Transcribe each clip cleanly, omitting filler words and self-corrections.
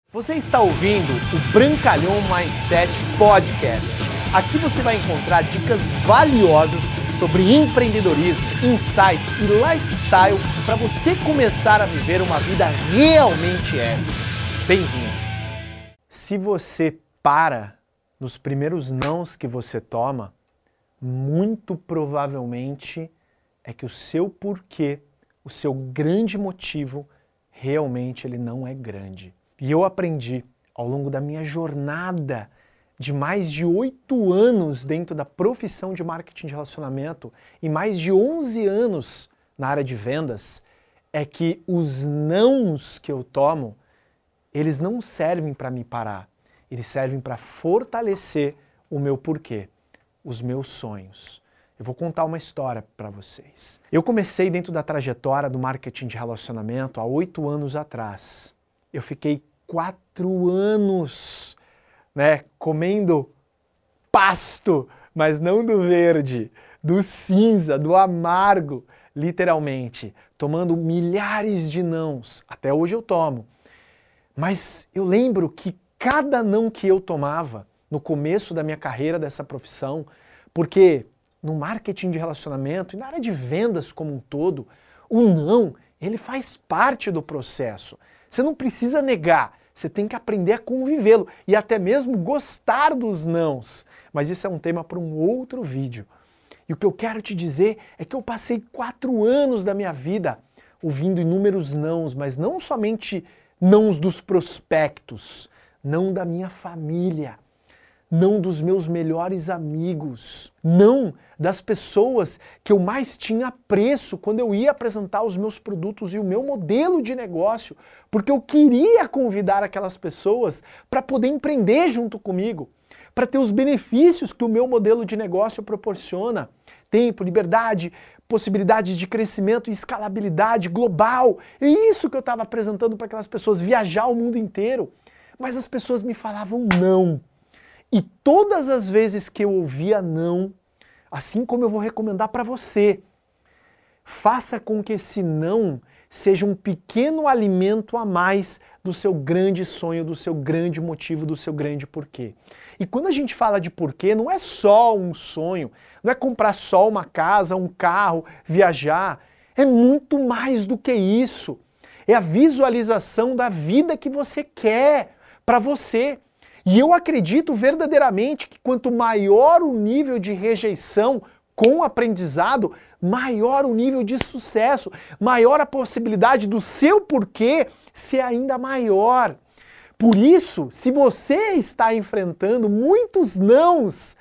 Você está ouvindo o Brancalhão Mindset Podcast. Aqui você vai encontrar dicas valiosas sobre empreendedorismo, insights e lifestyle para você começar a viver uma vida realmente épica. Bem-vindo! Se você para nos primeiros nãos que você toma, muito provavelmente é que o seu porquê, o seu grande motivo, realmente ele não é grande. E eu aprendi ao longo da minha jornada de mais de 8 anos dentro da profissão de marketing de relacionamento e mais de 11 anos na área de vendas, é que os nãos que eu tomo, eles não servem para me parar, eles servem para fortalecer o meu porquê, os meus sonhos. Eu vou contar uma história para vocês. Eu comecei dentro da trajetória do marketing de relacionamento há 8 anos atrás. Eu fiquei 4 anos, comendo pasto, mas não do verde, do cinza, do amargo, literalmente, tomando milhares de nãos. Até hoje eu tomo. Mas eu lembro que cada não que eu tomava no começo da minha carreira dessa profissão, porque no marketing de relacionamento e na área de vendas como um todo, o não, ele faz parte do processo. Você não precisa negar, você tem que aprender a convivê-lo e até mesmo gostar dos nãos. Mas isso é um tema para um outro vídeo. E o que eu quero te dizer é que eu passei 4 anos da minha vida ouvindo inúmeros nãos, mas não somente nãos dos prospectos, não da minha família, não dos meus melhores amigos, não das pessoas que eu mais tinha apreço quando eu ia apresentar os meus produtos e o meu modelo de negócio, porque eu queria convidar aquelas pessoas para poder empreender junto comigo, para ter os benefícios que o meu modelo de negócio proporciona. Tempo, liberdade, possibilidades de crescimento e escalabilidade global. É isso que eu estava apresentando para aquelas pessoas, viajar o mundo inteiro. Mas as pessoas me falavam não. E todas as vezes que eu ouvia não, assim como eu vou recomendar para você, faça com que esse não seja um pequeno alimento a mais do seu grande sonho, do seu grande motivo, do seu grande porquê. E quando a gente fala de porquê, não é só um sonho, não é comprar só uma casa, um carro, viajar. É muito mais do que isso. É a visualização da vida que você quer para você. E eu acredito verdadeiramente que quanto maior o nível de rejeição com o aprendizado, maior o nível de sucesso, maior a possibilidade do seu porquê ser ainda maior. Por isso, se você está enfrentando muitos nãos,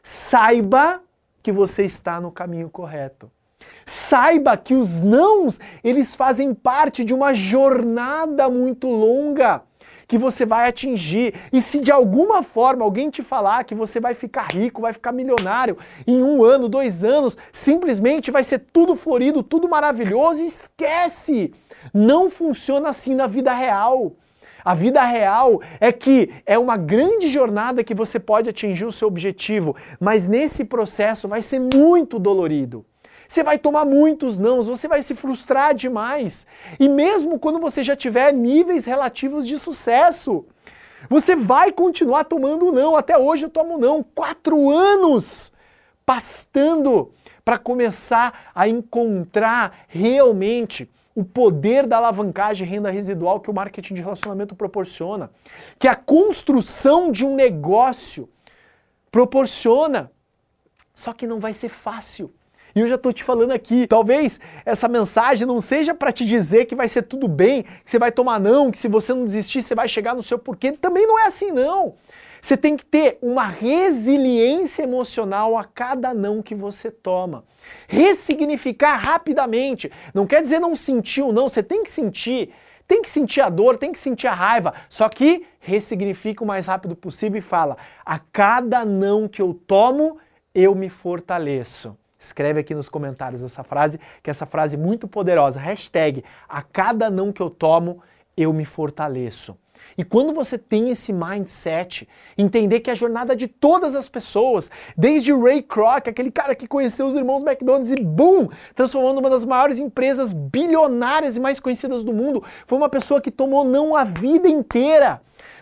saiba que você está no caminho correto. Saiba que os nãos, eles fazem parte de uma jornada muito longa que você vai atingir. E se de alguma forma alguém te falar que você vai ficar rico, vai ficar milionário em 1 ano, 2 anos, simplesmente vai ser tudo florido, tudo maravilhoso, esquece! Não funciona assim na vida real. A vida real é que é uma grande jornada que você pode atingir o seu objetivo, mas nesse processo vai ser muito dolorido. Você vai tomar muitos nãos, você vai se frustrar demais. E mesmo quando você já tiver níveis relativos de sucesso, você vai continuar tomando não. Até hoje eu tomo não. 4 anos pastando para começar a encontrar realmente o poder da alavancagem e renda residual que o marketing de relacionamento proporciona, que a construção de um negócio proporciona. Só que não vai ser fácil. E eu já estou te falando aqui, talvez essa mensagem não seja para te dizer que vai ser tudo bem, que você vai tomar não, que se você não desistir você vai chegar no seu porquê. Também não é assim não. Você tem que ter uma resiliência emocional a cada não que você toma. Ressignificar rapidamente. Não quer dizer não sentir o não, você tem que sentir. Tem que sentir a dor, tem que sentir a raiva. Só que ressignifica o mais rápido possível e fala: a cada não que eu tomo, eu me fortaleço. Escreve aqui nos comentários essa frase, que é essa frase muito poderosa. Hashtag, a cada não que eu tomo, eu me fortaleço. E quando você tem esse mindset, entender que a jornada de todas as pessoas, desde Ray Kroc, aquele cara que conheceu os irmãos McDonald's e boom, transformando uma das maiores empresas bilionárias e mais conhecidas do mundo, foi uma pessoa que tomou não a vida inteira.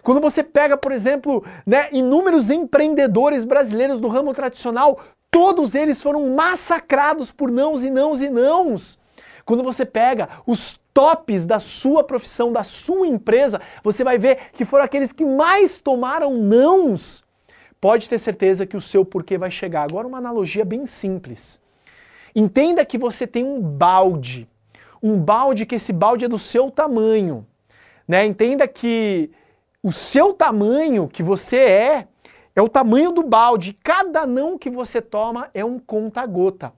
Quando você pega, por exemplo, inúmeros empreendedores brasileiros do ramo tradicional, todos eles foram massacrados por nãos e nãos e nãos. Quando você pega os tops da sua profissão, da sua empresa, você vai ver que foram aqueles que mais tomaram nãos. Pode ter certeza que o seu porquê vai chegar. Agora uma analogia bem simples. Entenda que você tem um balde que esse balde é do seu tamanho. Entenda que o seu tamanho, que você é o tamanho do balde. Cada não que você toma é um conta-gota.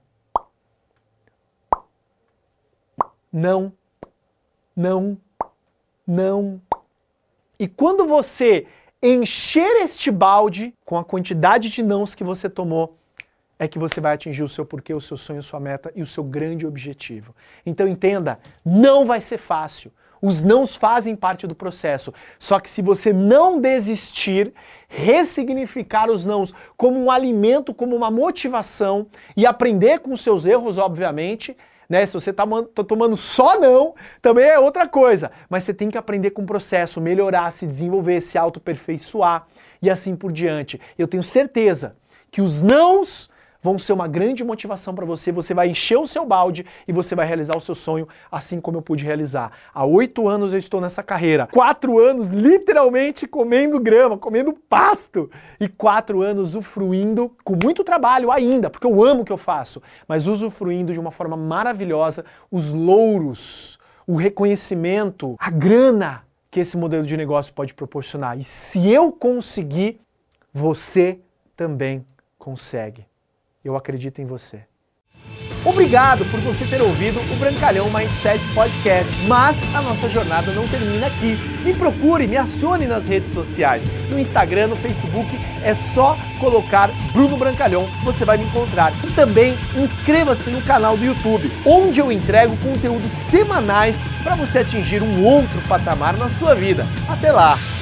Não, não, não. E quando você encher este balde com a quantidade de nãos que você tomou, é que você vai atingir o seu porquê, o seu sonho, a sua meta e o seu grande objetivo. Então entenda, não vai ser fácil. Os nãos fazem parte do processo. Só que se você não desistir, ressignificar os nãos como um alimento, como uma motivação e aprender com os seus erros, obviamente, se você tá tomando só não, também é outra coisa. Mas você tem que aprender com o processo, melhorar, se desenvolver, se autoaperfeiçoar e assim por diante. Eu tenho certeza que os nãos vão ser uma grande motivação para você. Você vai encher o seu balde e você vai realizar o seu sonho, assim como eu pude realizar. Há 8 anos eu estou nessa carreira. 4 anos literalmente comendo grama, comendo pasto. E 4 anos usufruindo, com muito trabalho ainda, porque eu amo o que eu faço, mas usufruindo de uma forma maravilhosa os louros, o reconhecimento, a grana que esse modelo de negócio pode proporcionar. E se eu conseguir, você também consegue. Eu acredito em você. Obrigado por você ter ouvido o Brancalhão Mindset Podcast, mas a nossa jornada não termina aqui. Me procure, me acione nas redes sociais. No Instagram, no Facebook, é só colocar Bruno Brancalhão, você vai me encontrar. E também inscreva-se no canal do YouTube, onde eu entrego conteúdos semanais para você atingir um outro patamar na sua vida. Até lá!